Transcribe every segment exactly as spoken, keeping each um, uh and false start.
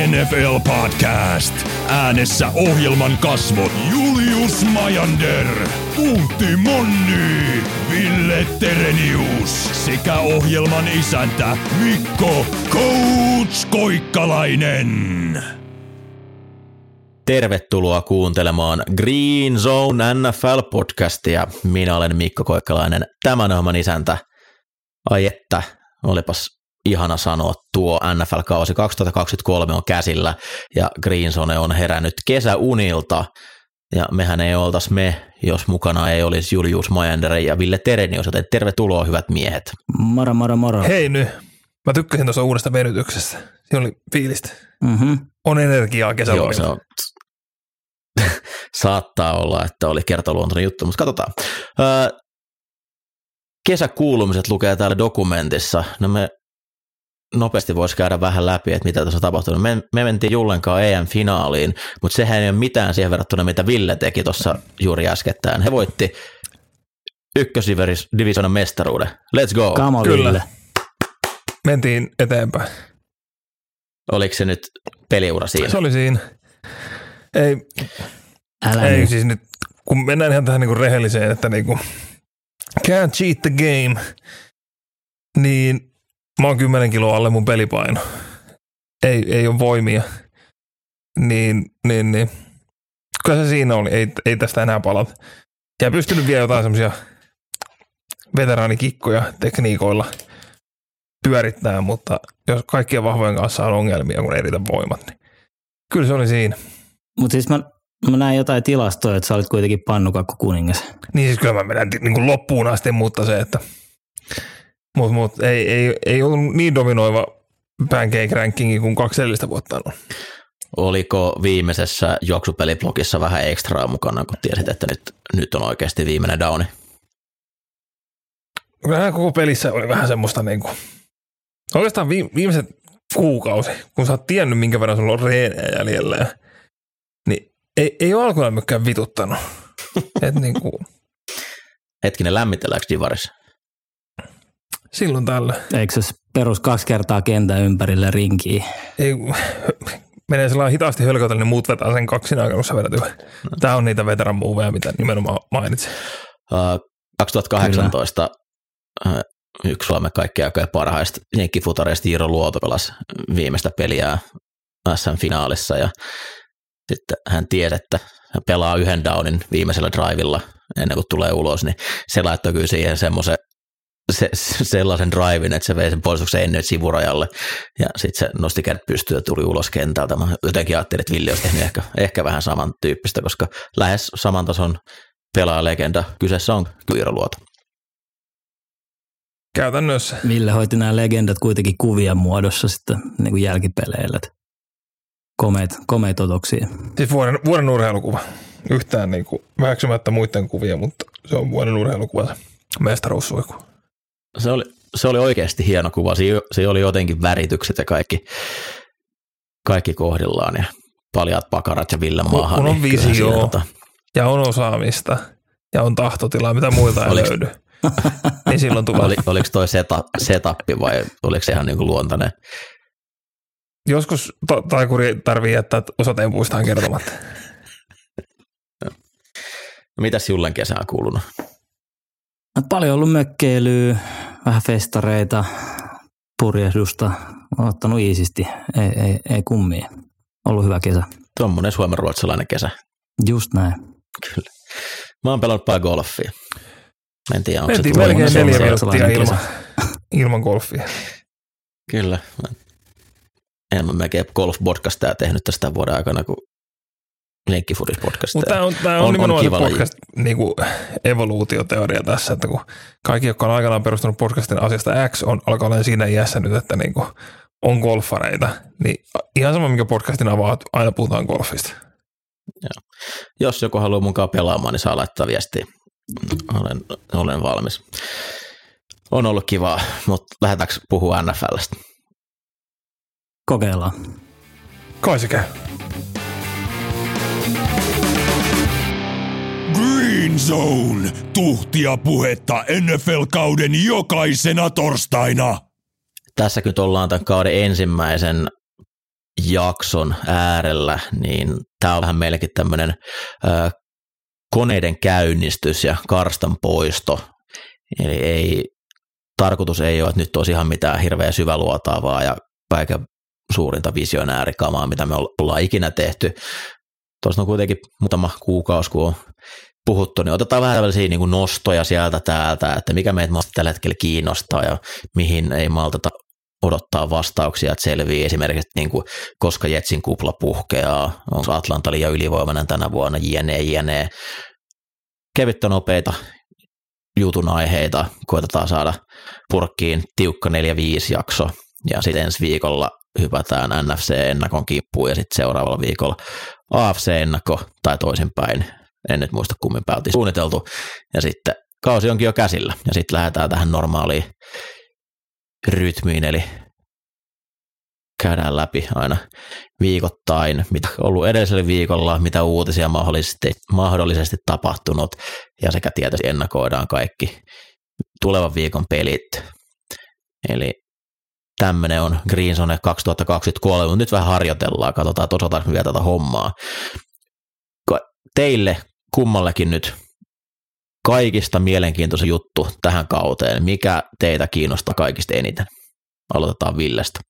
N F L Podcast. Äänessä ohjelman kasvot Julius Majander, Puutti Monni, Ville Terenius sekä ohjelman isäntä Mikko Coach Koikkalainen. Tervetuloa kuuntelemaan Green Zone N F L-podcastia. Minä olen Mikko Koikkalainen, tämän ohjelman isäntä. Ai että, olipas ihana sanoa tuo N F L-kausi kaksituhattakaksikymmentäkolme on käsillä ja Green Zone on herännyt kesäunilta. Ja mehän ei oltaisi me, jos mukana ei olisi Julius Majander ja Ville Terenius, joten tervetuloa hyvät miehet. Moro, moro, moro. Hei nyt, mä tykkäsin tuossa uudesta venytyksestä. Siinä oli fiilistä. Mm-hmm. On energiaa kesäloimilla. Joo, se on. Saattaa olla, että oli kertaluontoinen juttu, mutta katsotaan. Öö, kesäkuulumiset lukee täällä dokumentissa. No me nopeasti voisi käydä vähän läpi, että mitä tässä on tapahtunut. Me, me mentiin Jullenkaan E M-finaaliin, mutta sehän ei ole mitään siihen verrattuna, mitä Ville teki tuossa juuri äskettäin. He voitti ykkösdivisionan mestaruuden. Let's go. Kamo, Kyllä. Ville. Mentiin eteenpäin. Oliko se nyt peliura siinä? Se oli siinä. Ei, Älä ei nyt. siis nyt, kun mennään ihan tähän niinku rehelliseen, että niinku can't cheat the game, niin mä oon kymmenen kiloa alle mun pelipaino. Ei, ei ole voimia. Niin, niin, niin. Kyllä se siinä oli, ei, ei tästä enää palata. Ja pystynyt vielä jotain semmosia veteraanikikkoja tekniikoilla pyörittää, mutta jos kaikkien vahvojen kanssa on ongelmia, kun ei riitä voimat, niin kyllä se oli siinä. Mutta siis mä, mä näin jotain tilastoja, että sä olit kuitenkin pannukakku kuningas. Niin siis kyllä mä menen niin kuin loppuun asti, mutta se, että mut, mut, ei, ei, ei ollut niin dominoiva pancake rankingi kuin kaksi edellistä vuotta on. Oliko viimeisessä juoksupeliblogissa vähän ekstraa mukana, kun tiesit, että nyt, nyt on oikeasti viimeinen downi? Kyllähän koko pelissä oli vähän semmoista niin kuin, oikeastaan viimeiset kuukausi, kun sä oot tiennyt, minkä verran sulla on reenejä jäljellä, niin ei, ei ole alkuun myöskään vituttanut. Et niin kuin, Hetkinen, lämmitelläänkö divarissa? silloin tällä. Eikö se perus kaksi kertaa kentän ympärille rinkiin? Ei, menee sellainen hitaasti hölkötellä, niin muut vetää sen kaksin aikana, kun sä vedät yhden. Tää on niitä veteran moveja, mitä nimenomaan mainitsin. Uh, kaksituhattakahdeksantoista uh, yksi Suomen kaikkien aikojen parhaista jenkkifutareista Iiro Luoto pelasi viimeistä peliä S M-finaalissa ja sitten hän tiesi, että hän pelaa yhden downin viimeisellä drivilla ennen kuin tulee ulos, niin se laittoi kyllä siihen semmoisen se, sellaisen drivin, että se vei sen puolustuksen ennen sivurajalle ja sitten se nosti kädet pystyyn ja tuli ulos kentältä. Mä jotenkin ajattelin, että Ville olisi tehnyt ehkä, ehkä vähän samantyyppistä, koska lähes saman tason pelaajalegenda kyseessä on kyllä Iiro Luoto. Käytännössä. Ville hoiti nämä legendat kuitenkin kuvien muodossa sitten niin kuin jälkipeleillä. Komeet, komeet otoksia. Siis vuoden, vuoden urheilukuva. Yhtään niin kuin väheksymättä muiden kuvia, mutta se on vuoden urheilukuva se mestaruussuiku. Se oli, se oli oikeasti hieno kuva. Se, se oli jotenkin väritykset ja kaikki, kaikki kohdillaan ja paljat pakarat ja Ville maahan. Kun on niin visio tota... ja on osaamista ja on tahtotilaa, mitä muilta ei Oliks... löydy. Niin silloin tulee. Oli, oliko toi seta, setappi vai oliko se ihan niin kuin luontainen? Joskus ta- taikuri tarvii jättää osateen puistaan kertomatta. No, mitäs Jullen kesä on kuulunut? Paljon ollut mökkeilyä, vähän festareita, purjehdusta. Olen ottanut iisisti, ei, ei, ei kummia. Ollut hyvä kesä. Tuommoinen suomenruotsalainen kesä. Just näin. Kyllä. Mä oon pelannut paljon golfia. En tiedä, onko Mentiin se melkein neljä suomalainen minuuttia kesä. ilman, ilman golfia. Kyllä. En mä melkein golf-podcastia tehnyt tästä vuoden aikana, kun lenkkifudis-podcastia. Mutta tämä on, tää on, on nimenomaan on se podcast niinku evoluutioteoria tässä, että kun kaikki, jotka on aikanaan perustanut podcastin asiasta X, on alkaa olla siinä iässä nyt, että niinku on golfareita, niin ihan sama, mikä podcastin avaa, aina puhutaan golfista. Joo. Jos joku haluaa mukaan pelaamaan, niin saa laittaa viestiä. Olen, olen valmis. On ollut kivaa, mutta lähdetäänkö puhua N F L:stä? Kokeillaan. Kai se käy. Green Zone, tuhtia puhetta N F L-kauden jokaisena torstaina. Tässä nyt ollaan tämän kauden ensimmäisen jakson äärellä, niin tämä on vähän meillekin tämmöinen äh, koneiden käynnistys ja karstan poisto. Eli ei, tarkoitus ei ole, että nyt olisi ihan mitään hirveän syväluotaavaa ja kaiken suurinta visionäärikamaa, mitä me ollaan ikinä tehty. Tuossa on kuitenkin muutama kuukausi, kun on puhuttu, niin otetaan vähän tällaisia niin kuin nostoja sieltä täältä, että mikä meitä tällä hetkellä kiinnostaa ja mihin ei maltata odottaa vastauksia, että selviää esimerkiksi, niin kuin, koska Jetsin kupla puhkeaa, onko Atlanta liian ylivoimainen tänä vuonna, jne, jne. Kevyttä nopeita jutun aiheita, koitetaan saada purkkiin tiukka neljä viisi jakso, ja sitten ensi viikolla hypätään N F C-ennakon kimppuun, ja sitten seuraavalla viikolla A F C-ennakko, tai toisinpäin, en nyt muista kummin päin oltiin suunniteltu, ja sitten kausi onkin jo käsillä, ja sitten lähdetään tähän normaaliin rytmiin, eli käydään läpi aina viikoittain, mitä on ollut edellisellä viikolla, mitä uutisia mahdollisesti, mahdollisesti tapahtunut, ja sekä tietysti ennakoidaan kaikki tulevan viikon pelit. Eli tämmöinen on Green Zone kaksituhattakaksikymmentäkolme, mutta nyt vähän harjoitellaan, katsotaan, että osataanko vielä tätä hommaa. Teille kummallekin nyt kaikista mielenkiintoisin juttu tähän kauteen, mikä teitä kiinnostaa kaikista eniten? Aloitetaan Villestä.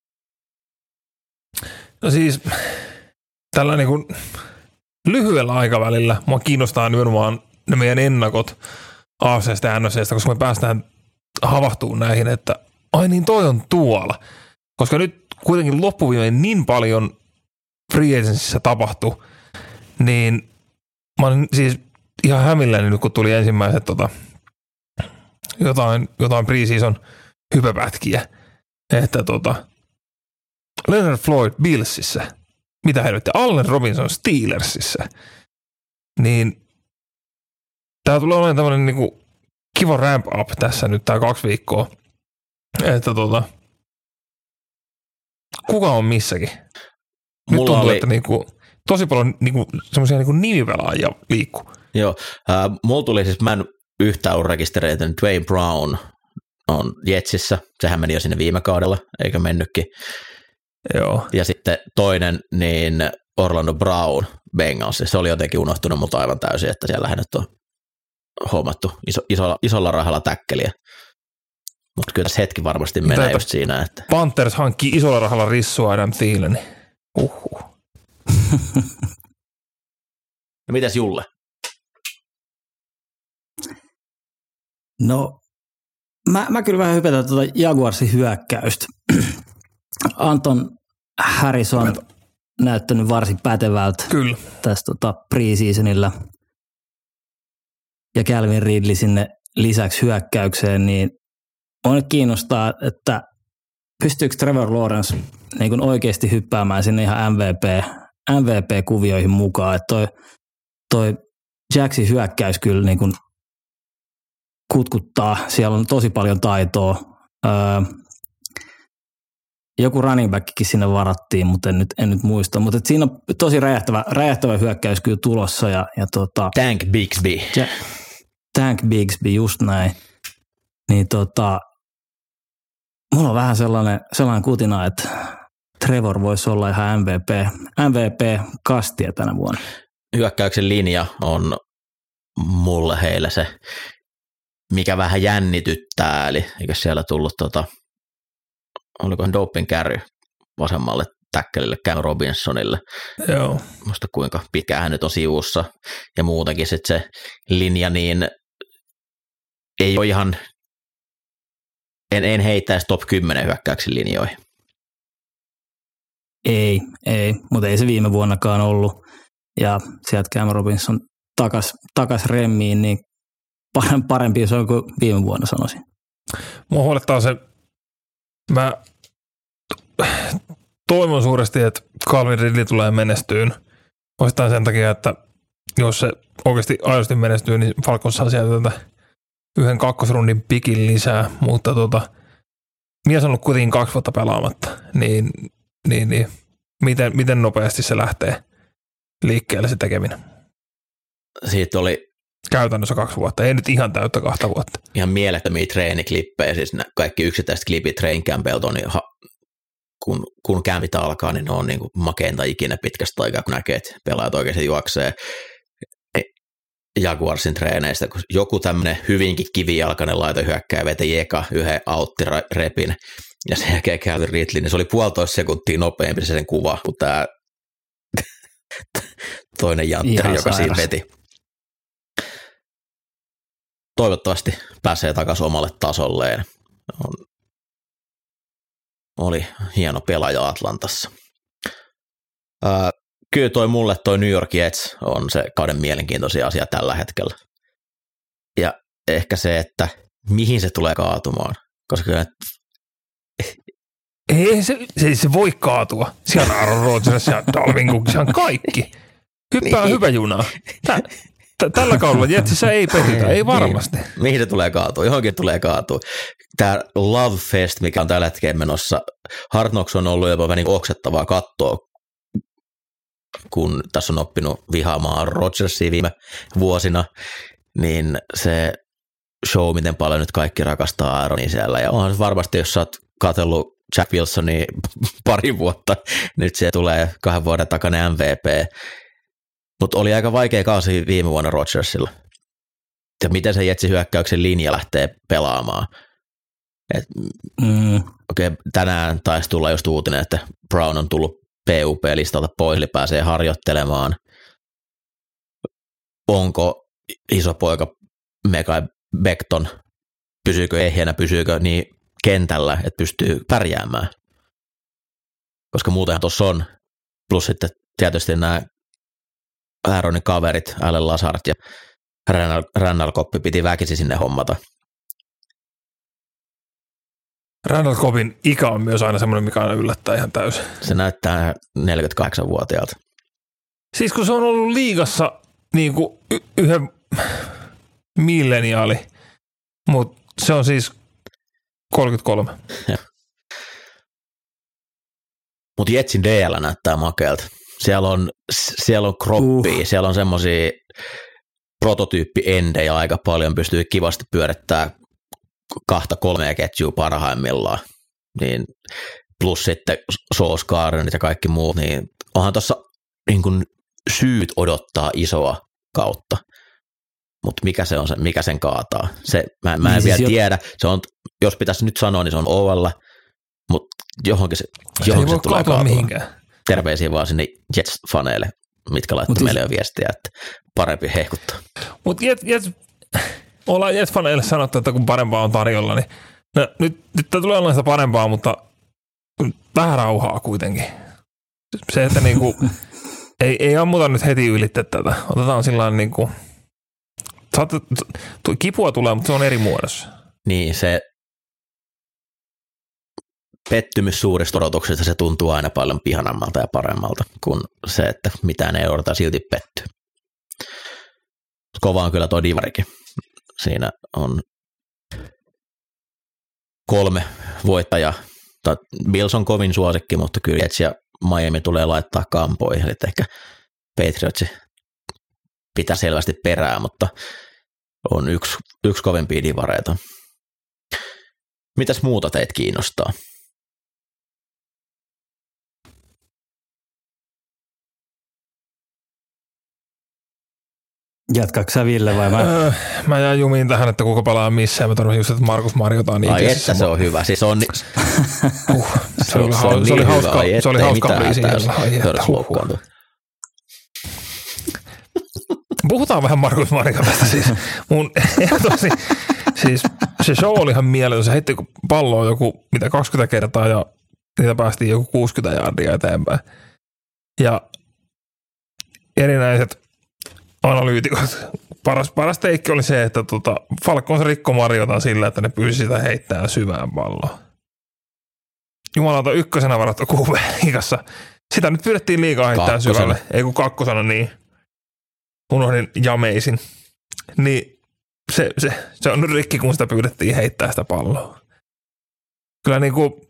No siis tällä niin kuin lyhyellä aikavälillä mua kiinnostaa nimenomaan ne meidän ennakot A F C:stä ja N F C:stä, koska me päästään havahtumaan näihin, että ai niin toi on tuolla. Koska nyt kuitenkin loppuviimein niin paljon free agencyssä tapahtui, niin mä olin siis ihan hämilläni nyt, kun tuli ensimmäiset tota, jotain, jotain pre-season hypepätkiä, että tota, Leonard Floyd Billsissä, mitä helvettiä, Allen Robinson Steelersissä, niin tää tulee olemaan tämmöinen niinku kiva ramp up tässä nyt tää kaksi viikkoa, että tota, kuka on missäkin. Nyt Mulla tuntuu, oli... että niinku, tosi paljon niinku, semmoisia niinku nimipelaajia liikkuu. Joo, äh, mulla tuli siis, mä en yhtään ole rekisteröitynyt, Dwayne Brown on Jetsissä, sehän meni jo sinne viime kaudella, eikä mennytkin. Joo. Ja sitten toinen, niin Orlando Brown Bengalsissa, se oli jotenkin unohtunut multa aivan täysin, että siellä nyt on hommattu iso, isolla, isolla rahalla täkkeliä. Mutta kyllä tässä hetki varmasti menee Täpä just siinä, että... Panthers hankki isolla rahalla rissua Adam Thielen. Uhuh. No mitäs Julle? No, mä, mä kyllä vähän hypätän tuota Jaguarsin hyökkäystä. Anton Harrison on näyttänyt varsin pätevältä kyllä tässä tota pre-seasonilla. Ja Calvin Ridley sinne lisäksi hyökkäykseen, niin on nyt kiinnostaa, että pystyykö Trevor Lawrence niin kuin oikeasti hyppäämään sinne ihan M V P, M V P-kuvioihin mukaan. Että toi, toi Jacksin hyökkäys kyllä niin kuin kutkuttaa. Siellä on tosi paljon taitoa. Öö, joku running backikin sinne varattiin, mutta en nyt, en nyt muista. Mutta siinä on tosi räjähtävä, räjähtävä hyökkäys kyllä tulossa. Ja, ja tota, Tank Bixby. Ja, Tank Bixby, just näin. Niin tota, mulla on vähän sellainen, sellainen kutina, että Trevor voisi olla ihan M V P, M V P-kastia tänä vuonna. Hyökkäyksen linja on mulle heille se, mikä vähän jännityttää, eli eikö siellä tullut, tota, olikohan doping carry vasemmalle täkkelille Cam Robinsonille. Joo. Muista kuinka pitkään hän nyt on sivussa ja muutenkin sitten se linja, niin ei ole ihan, en, en heittäisi top kymmenen hyökkäyksen linjoihin. Ei, ei, mutta ei se viime vuonnakaan ollut. Ja sieltä Cam Robinson takas, takas remmiin, niin parempi se on kuin viime vuonna sanoisin. Mua huolettaa se, mä toivon suuresti, että Calvin Ridley tulee menestyyn. Osittain sen takia, että jos se oikeasti aidosti menestyy, niin Falcons saa sieltä yhden kakkosrundin pikin lisää, mutta tota, mies on ollut kuitenkin kaksi vuotta pelaamatta, niin, niin, niin miten, miten nopeasti se lähtee liikkeelle se tekeminen? Siitä oli käytännössä kaksi vuotta, ei nyt ihan täyttä kahta vuotta. Ihan mielettömiä treeniklippejä, siis kaikki yksittäiset klipit Train Campbelltonin ha- kun, kun kämpit alkaa, niin ne on niin kuin makeinta ikinä pitkästä aikaa, kun näkee, että pelaajat oikeasti juoksee Jaguarsin treeneistä, kun joku tämmöinen hyvinkin kivijalkainen laitohyökkääjä veti eka yhden auttirepin ja sen jälkeen Calvin Ridley, niin se oli puolitoista sekuntia nopeampi sen kuva kuin tämä toinen jantteri, Ihan joka sairas. siinä veti. Toivottavasti pääsee takaisin omalle tasolleen. On, oli hieno pelaaja Atlantassa. Ää, kyllä toi mulle toi New York Jets on se kauden mielenkiintoisia asia tällä hetkellä. Ja ehkä se, että mihin se tulee kaatumaan. Koska kyllä Ei se, se, se voi kaatua. Siellä on Aaron Rodgers ja Dalvin Cook, se on kaikki. Hyppää Niin. hyvä juna. Tä, tä, tällä kaudella Jetsissä ei peritä, ei varmasti. Niin. Mihin se tulee kaatua? Johonkin tulee kaatua. Tämä Love Fest, mikä on tällä hetkellä menossa, Hard Knocks on ollut jopa vähän niin oksettavaa katsoa, kun tässä on oppinut vihaamaan Rodgersia viime vuosina, niin se show, miten paljon nyt kaikki rakastaa Aaronia siellä. Ja onhan se varmasti, jos sä oot katsellut Jack Wilsonia pari vuotta, nyt se tulee kahden vuoden takainen M V P. Mutta oli aika vaikea kausi viime vuonna Rodgersilla. Ja miten se Jetsin hyökkäyksen linja lähtee pelaamaan. Et, Mm. okei, okay, tänään taisi tulla just uutinen, että Brown on tullut P U P-listalta pois, eli pääsee harjoittelemaan. Onko iso poika Mekhi Becton, pysyykö ehjänä, pysyykö niin kentällä, että pystyy pärjäämään. Koska muutenhan tuossa on, plus sitten tietysti nämä Aaronin kaverit, Allen Lazard ja Randall Cobb piti väkisin sinne hommata. Randall Cobbin ikä on myös aina semmoinen, mikä aina yllättää ihan täysin. Se näyttää neljäkymmentäkahdeksanvuotiaalta. Siis kun se on ollut liigassa niin kuin y- yhden milleniaali, mutta se on siis kolmekymmentäkolme. Mutta Jetsin D L näyttää makealta. Siellä on, siellä on kroppia, uh. siellä on semmoisia prototyyppi-endejä aika paljon, pystyy kivasti pyörittämään kahta kolmea ketjua parhaimmillaan. Niin, plus sitten Sauce Gardenit ja kaikki muut, niin onhan tuossa niin kun syyt odottaa isoa kautta. Mutta mikä se on se, mikä sen kaataa? Se, mä, mä en niin vielä siis tiedä. Se on, jos pitäisi nyt sanoa, niin se on Ovalla, mutta johonkin se, johonkin se, se tulee kaatua. Mihinkään. Terveisiä vaan sinne Jets-faneille, mitkä laittoi Mut meille siis, jo viestiä, että parempi hehkuttaa. Mutta Jets, Jets, ollaan Jets-faneille sanottu, että kun parempaa on tarjolla, niin no, nyt, nyt tulee olla sitä parempaa, mutta vähän rauhaa kuitenkin. Se, että niinku, ei, ei ammuta nyt heti ylitse tätä. Otetaan sillä tavalla niinku, saatte, kipua tulee, mutta se on eri muodossa. Niin, se pettymys suurista odotuksista, se tuntuu aina paljon pihanammalta ja paremmalta kuin se, että mitään ei odota silti pettyä. Kova on kyllä tuo divarikin. Siinä on kolme voittajaa. Bills on kovin suosikki, mutta kyllä Jets ja Miami tulee laittaa kampoihin, eli ehkä Patriotsi pitää selvästi perää, mutta on yksi, yksi kovimpia divareita. Mitäs muuta teitä kiinnostaa? Jatkaako sä Ville vai mä? Öö, mä jään jumiin tähän, että kuka pelaa missään. Mä tarvitsin just, että Markus Mariota on niin. Ai että se on hyvä. Siis on, uh, se, oli, se, oli, se oli hauska, hyvä, se oli hauska biisi. Puhutaan vähän Markus Mariotasta siis. Mun tosi, siis se show oli ihan mieletön. Se heitti palloa joku mitä kaksikymmentä kertaa ja niitä päästiin joku kuusikymmentä jardia eteenpäin. Ja erinäiset analyytikot. Paras, paras teikki oli se, että tota, Falcons rikkoi Mariotan sillä, että ne pyysi sitä heittämään syvään palloa. Jumalauta ykkösenä varattu Q B-liigassa. Sitä nyt pyydettiin liikaa heittää syvälle. Ei kun kakkosena, niin unohdin jameisin. Niin se, se, se on nyt rikki, kun sitä pyydettiin heittää sitä palloa. Kyllä niinku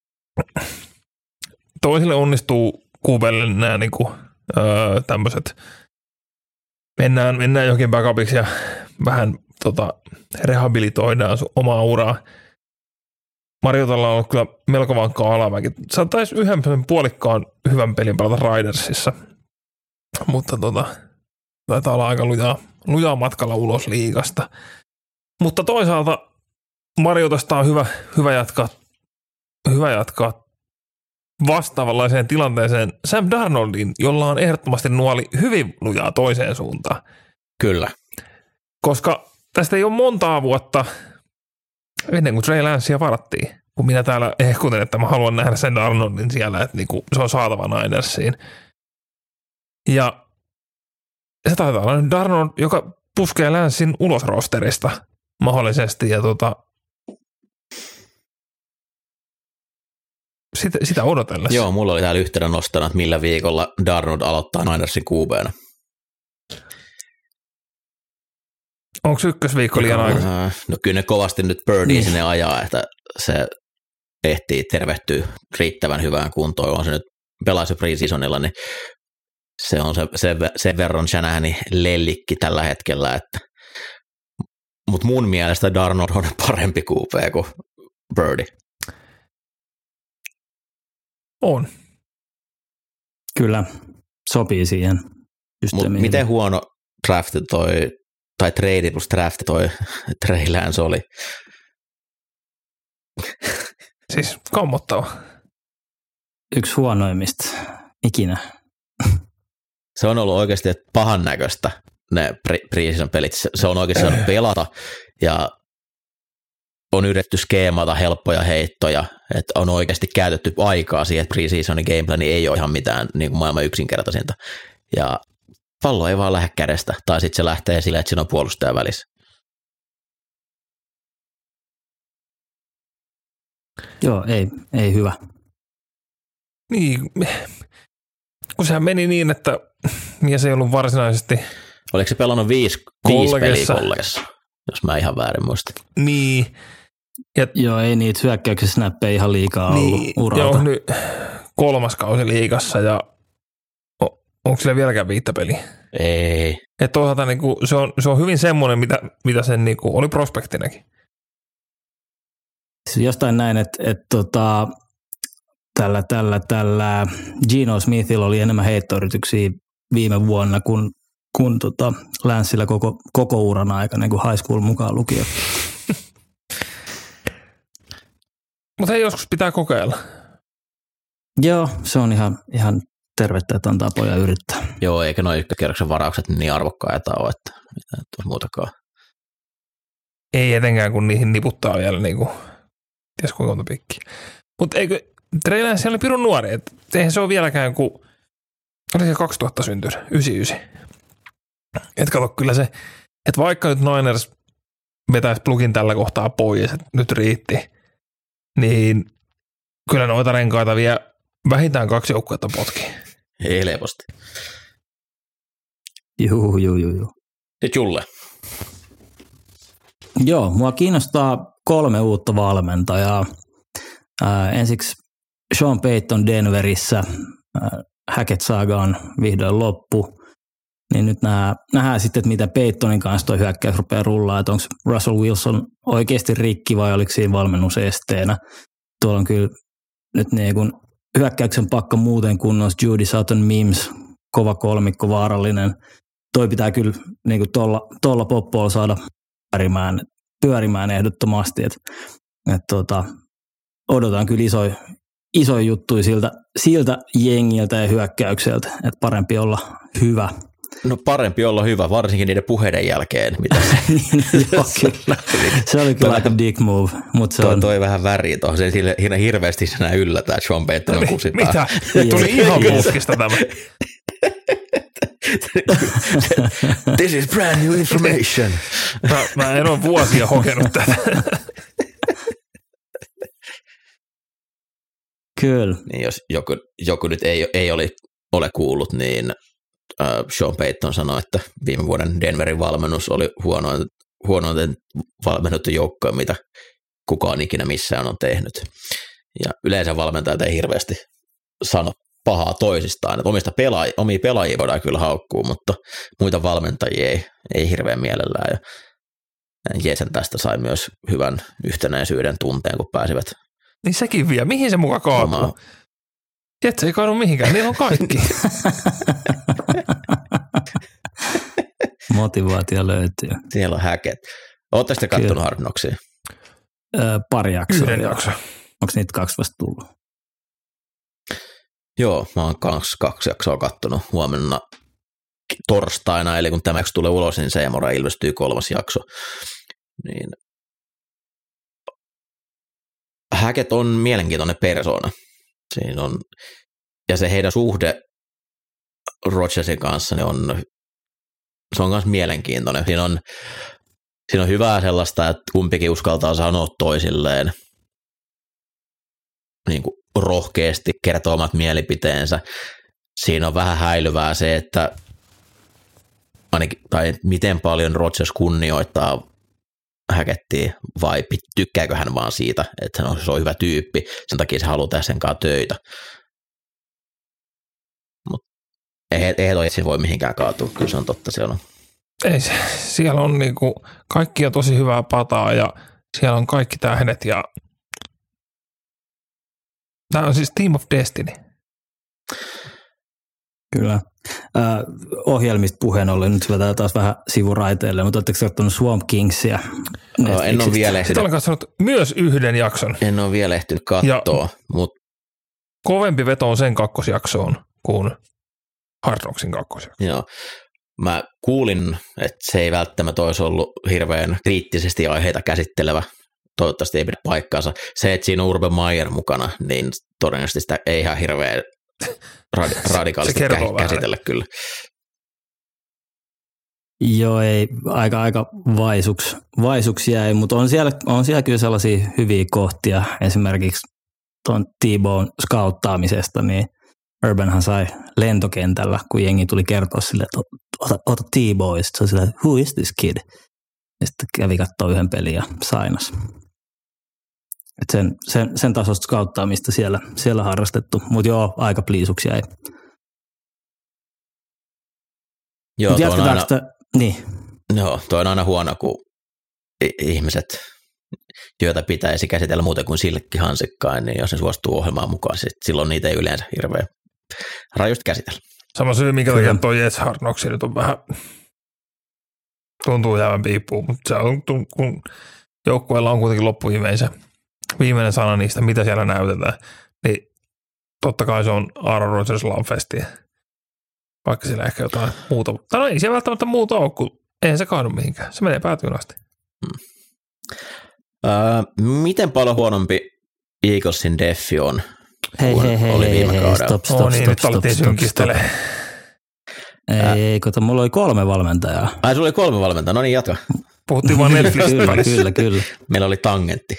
toisille onnistuu Q B:lle nämä niinku, öö, tämmöiset Mennään, mennään johonkin backupiksi ja vähän tota, rehabilitoidaan sun omaa uraa. Mariotalla on ollut kyllä melko vankkaa alamäki. Saataisi yhden puolikkaan hyvän pelin pelata Ridersissa, mutta tota, taitaa olla aika lujaa, lujaa matkalla ulos liigasta. Mutta toisaalta Mariotasta on hyvä, hyvä, jatkaa, hyvä jatkaa vastaavanlaiseen tilanteeseen Sam Darnoldin, jolla on ehdottomasti nuoli hyvin lujaa toiseen suuntaan. Kyllä. Koska tästä ei ole montaa vuotta ennen kuin Trey Lancea varattiin, kun minä täällä ehkutin, että mä haluan nähdä sen Darnoldin siellä, että niinku se on saatava Ninersiin. Ja se taitaa olla nyt Darnold, joka puskee Lancen ulos rosterista mahdollisesti. Ja tota, sitä, sitä odotellessa. Joo, mulla oli täällä yhtenä nostana, että millä viikolla Darnold aloittaa Ninersin Q B:nä. Onko ykkösviikko liian aikaisin? No kyllä ne kovasti nyt Birdia niin sinne ajaa, että se ehtii tervehtyä riittävän hyvään kuntoon. On se nyt pelaisi pre-seasonilla, niin se on se, se, sen verran Shanahani lellikki tällä hetkellä, että mutta mun mielestä Darnold on parempi Q B kuin Birdi. On. Kyllä, sopii siihen. Mut miten huono drafti toi, tai trade plus drafti toi Trey Lance oli? Siis kammottava. Yksi huonoimmista ikinä. Se on ollut oikeasti pahan näköistä, ne pre-season pelit. Se on oikeasti saanut pelata ja on yritetty skeemata helppoja heittoja, että on oikeasti käytetty aikaa siihen, että pre-seasonin gameplani ei ole ihan mitään niin kuin maailman yksinkertaisinta. Ja pallo ei vaan lähde kädestä, tai sitten se lähtee sille, että siinä on puolustaja välissä. Joo, ei, ei hyvä. Niin, kun sehän meni niin, että mies ei ollut varsinaisesti oliko se pelannut viisi, viisi peliä kollegassa, jos mä ihan väärin muistan. Niin. Ja, joo, ei niitä hyökkäyksiä snappeja ihan liikaa ollut niin, uralta. Joo, nyt kolmas kausi liigassa ja o, onko sillä vieläkään viittä peliä? Ei. Että toisaalta niin kuin, se, on, se on hyvin semmoinen, mitä, mitä sen niin kuin, oli prospektinakin. Jostain näin, että, että tota, tällä, tällä, tällä Geno Smithilla oli enemmän heittoyrityksiä viime vuonna kuin, kuin tota Lancella koko, koko uran aikana, niin kuin high school mukaan lukio. Mutta hei, joskus pitää kokeilla. Joo, se on ihan, ihan tervettä, että antaa pojan yrittää. Joo, eikä noin ykköskierroksen varaukset niin arvokkaita ole, että mitä nyt muutakaan. Ei etenkään, kun niihin niputtaa vielä niin kuin, ties kuinka monta pikkiä. Mutta eikö, Trey Lance oli pirun nuori, että eihän se ole vieläkään kuin, oli se kaksituhatta syntynyt, yhdeksänkymmentäyhdeksän. Että kato kyllä se, että vaikka nyt Niners vetäisi plugin tällä kohtaa pois, että nyt riitti, niin kyllä noita renkaita vie vähintään kaksi joukkuetta potkii. Helposti. Juu, juu, juu, juu. Nyt Julle. Joo, mua kiinnostaa kolme uutta valmentajaa. Ää, ensiksi Sean Payton Denverissä. Ää, Hackett-saaga on vihdoin loppu. Niin nyt nää, nähdään sitten, että miten Paytonin kanssa tuo hyökkäys rupeaa rullaa, että onko Russell Wilson oikeasti rikki vai oliko siinä valmennusesteenä. Tuolla on kyllä nyt niin kuin hyökkäyksen pakka muuten kunnossa, Judy Sutton Mims, kova kolmikko, vaarallinen. Toi pitää kyllä niin kuin tuolla, tuolla poppoilla saada pyörimään, pyörimään ehdottomasti. Et, et tota, odotan kyllä isoja iso juttuja siltä, siltä jengiltä ja hyökkäykseltä, että parempi olla hyvä. No parempi olla hyvä, varsinkin niiden puheiden jälkeen. Mitä se, Joo, kyllä. Se oli kyllä aika dick move. Mutta se toi, on... toi vähän väriä tuohon. Se ei hirveästi sinä yllätä, että Sean Payton on kusipää. Mitä? Tuli ihan puskista tämä. This is brand new information. Mä, mä en ole vuosia hokenut tätä. Kyllä. Niin jos joku, joku nyt ei, ei oli, ole kuullut, niin äh, Sean Payton sanoi, että viime vuoden Denverin valmennus oli huonoin, huonoin valmennettu joukkoja, mitä kukaan ikinä missään on tehnyt. Ja yleensä valmentajat ei hirveästi sano pahaa toisistaan. Että omista pelaa, omia pelaajia voidaan kyllä haukkua, mutta muita valmentajia ei, ei hirveän mielellään. Ja Jeesen tästä sai myös hyvän yhtenäisyyden tunteen, kun pääsivät niin sekin vie. Mihin se muka kaatuu? Oma. Jets ei kaadu mihinkään, niillä on kaikki. Motivaatio löytyy. Siellä on häket. Oletteko te kattonut Hard Knocksia? Öö, pari jaksoa. Yhden jakso. Onko niitä kaksi vasta tullut? Joo, mä oon kaksi, kaksi jaksoa kattonut. Huomenna torstaina, eli kun tämä tulee ulos, niin Seemora ilmestyy kolmas jakso. Niin. Häket on mielenkiintoinen persoona. Siinä on, ja se heidän suhde Rodgersin kanssa niin on, se on myös mielenkiintoinen. Siinä on, siinä on hyvää sellaista, että kumpikin uskaltaa sanoa toisilleen niin kuin rohkeasti, kertoo omat mielipiteensä. Siinä on vähän häilyvää se, että ainakin, tai miten paljon Rodgers kunnioittaa Häkettiä vai tykkääkö hän vaan siitä, että hän on, se on hyvä tyyppi, sen takia se haluaa tehdä sen kanssa töitä. Mutta ei, ei toi etsi voi mihinkään kaatua, kyllä se on totta, se on. Ei, siellä on niinku kaikkia tosi hyvää pataa ja siellä on kaikki tähdet ja tämä on siis Team of Destiny. Kyllä. Äh, ohjelmista puheen ollen, nyt vetää taas vähän sivuraiteille, mutta oletteko kattonut Swamp Kingsia? No, en ole vielä ehtinyt. Sitten olen katsonut myös yhden jakson. En ole vielä ehtinyt katsoa, mutta kovempi veto on sen kakkosjaksoon kuin Hard Knocksin kakkosjakso. Joo. Mä kuulin, että se ei välttämättä olisi ollut hirveän kriittisesti aiheita käsittelevä. Toivottavasti ei pidä paikkaansa. Se, että siinä on Urban Meyer mukana, niin todennäköisesti sitä ei ihan hirveän radi- radikaalisti kä- käsitellä kyllä. Joo, ei, aika, aika vaisuksi, vaisuksi jäi, mutta on siellä, on siellä kyllä sellaisia hyviä kohtia. Esimerkiksi tuon T-Bone scouttaamisesta, niin Urbanhan sai lentokentällä, kun jengi tuli kertoa sille, että ota, ota T-Boy. Sitten se oli silleen, who is this kid? Ja sitten kävi katsoa yhden pelin ja sainas. Et sen, sen, sen tasosta scouttaamista siellä, siellä harrastettu, mutta joo, aika pliisuksi jäi. Joo, Mut tuo on aina, sitä, niin. joo, tuo on aina huono, kun ihmiset, joita pitäisi käsitellä muuten kuin silkkihansikkain, niin jos ne suostuu ohjelmaan mukaan, sit silloin niitä ei yleensä hirveän rajusti käsitellä. Sama syy, minkä takia tuo Jets Hard Knocks nyt on vähän, tuntuu jäävän piippuun, mutta se on, kun joukkueella on kuitenkin loppuviimeisen viimeinen sana niistä, mitä siellä näytetään, niin totta kai se on Aaron Rodgers Lawnfestia, vaikka siellä ehkä jotain muuta. Tai no ei siellä välttämättä muuta ole, kun eihän se kaadu mihinkään. Se menee päätyyn asti. Hmm. Öö, miten paljon huonompi Eaglesin deffi on, hei, hei, hei, oli viime hei, kaudella? Stop, stop, oh, niin, stop, nyt alettiin synkistelemaan. Ei, ei, kato, mulla oli kolme valmentajaa. Ai, sulla oli kolme valmentajaa, no niin, jatka. Puhuttiin vaan Netflixistä kyllä, välissä. kyllä, kyllä. Meillä oli tangentti.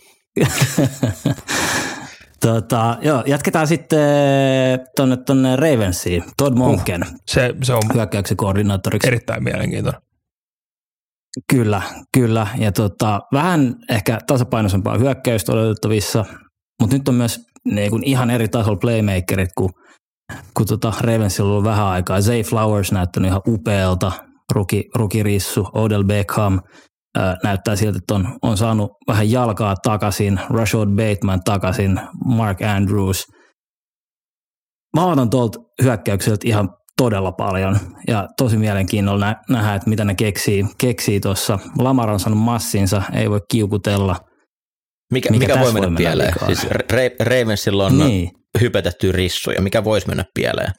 tota, joo, jatketaan sitten tuonne tonne Ravensiin. Todd Monken, Uh, se, se on hyökkäyksen koordinaattoriksi. erittäin mielenkiintoinen. Kyllä, kyllä. Ja tota, vähän ehkä tasapainoisempaa hyökkäystä odotettavissa, mutta nyt on myös niin kuin ihan eri tasolla playmakerit, kun, kun tota Ravensilla on ollut vähän aikaa. Zay Flowers näyttänyt ihan upealta, ruki, rukirissu, Odell Beckham ää, näyttää siltä, että on, on saanut vähän jalkaa takaisin, Rashad Bateman takaisin, Mark Andrews. Mä odotan tuolta hyökkäykseltä ihan todella paljon ja tosi mielenkiinnolla nä- nähdä, että mitä ne keksii, keksii tuossa. Lamar on saanut massinsa, ei voi kiukutella. Mikä, mikä, mikä voi mennä pieleen? Siis Ra- Ravensilla on niin hypetetty rissuja. Mikä voisi mennä pieleen?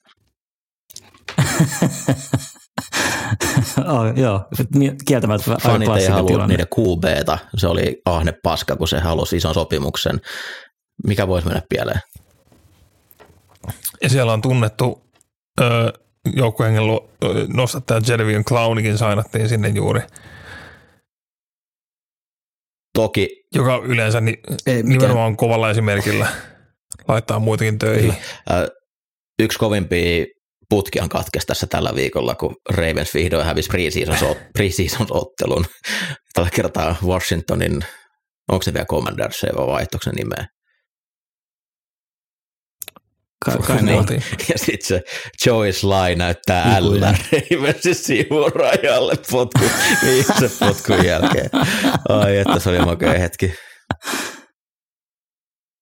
oh, joo, kieltämättä fanit ei halua niiden Q B:tä. Se oli ahne paska, kun se halusi ison sopimuksen. Mikä voisi mennä pieleen? Ja siellä on tunnettu öö, joukkuehengen nostattaja Jadavion Clownikin sainattiin sinne juuri. Toki. Joka yleensä ni, Ei, nimenomaan kovalla esimerkillä laittaa muitakin töihin. Ö, yksi kovimpia putkihan katkesi tässä tällä viikolla, kun Ravens vihdoin hävisi pre-season-ottelun. Tällä kertaa Washingtonin, onko se vielä Commanders vai vaihtoiko se nimeä? Kai, kai niin. Ja sitten se Joey Sly näyttää ällä Ravensin sivurajalle potku, viimeisen potkun jälkeen. Ai, että se oli makea hetki.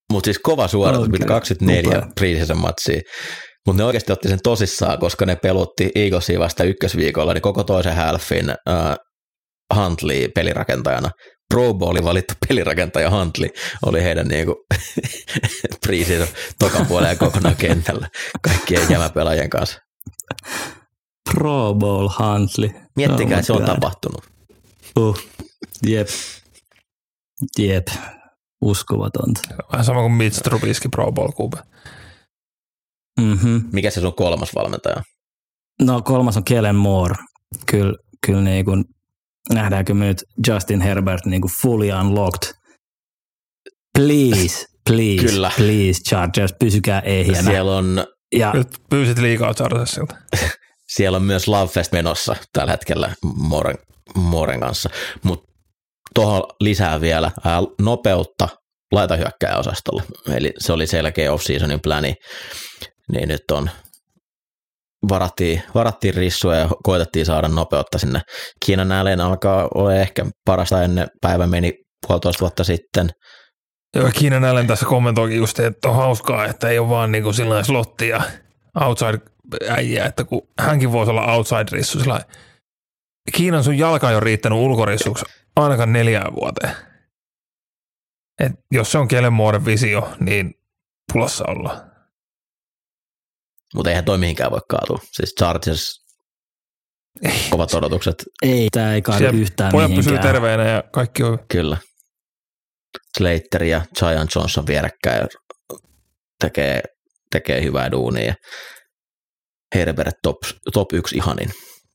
Mutta siis kova suoritus, okay. kaksikymmentäneljä preseason matsia. Mutta ne oikeasti otti sen tosissaan, koska ne pelutti Eaglesia vasta ykkösviikolla, niin koko toisen halfin uh, Huntley pelirakentajana. Pro Bowlin valittu pelirakentaja Huntley oli heidän niinku preseason tokan puoleen kokonaan kentällä kaikkien jämäpelaajien kanssa. Pro Bowl Huntley. Miettikää, oh, se on tapahtunut. Uh, jep. Jep. Uskomatonta. Vähän sama kuin Mitch Trubisky Pro Bowl Q B. Mm-hmm. Mikä se sun kolmas valmentaja? No kolmas on Kellen Moore. Kyllä, kyllä niin kuin, nähdäänkö me nyt Justin Herbert niin kuin fully unlocked. Please, please, kyllä. please Chargers, pysykää ehjänä. Siellä on... Ja, nyt pyysit liikaa Chargersilta. Siellä on myös Lovefest menossa tällä hetkellä Mooren, Mooren kanssa, mutta tuohon lisää vielä ää, nopeutta laitahyökkääjäosastolla. Eli se oli selkeä off-seasonin pläni, niin nyt on varattiin, varattiin rissuja ja koitettiin saada nopeutta sinne. Keenan Allen alkaa olla ehkä parasta ennen, päivä meni puolitoista vuotta sitten. Joo, Keenan Allen tässä kommentoikin just, että on hauskaa, että ei ole vaan niin kuin sillain slotti ja outside äijä, että kun hänkin voisi olla outside rissu, sillä Kiinan sun jalka on jo riittänyt ulkorissuksi ainakaan neljään vuoteen. Et jos se on Kellen Mooren visio, niin pulassa ollaan. Mutta eihän toi mihinkään voi kaatua. Siis Chargers, kovat odotukset. Ei, tää ei kaadu siellä yhtään pojat mihinkään. Pojat pysyy terveenä ja kaikki on. Kyllä. Slater ja Zion Johnson vierekkäin tekee, tekee hyvää duunia. Herbert top, top yksi ihanin.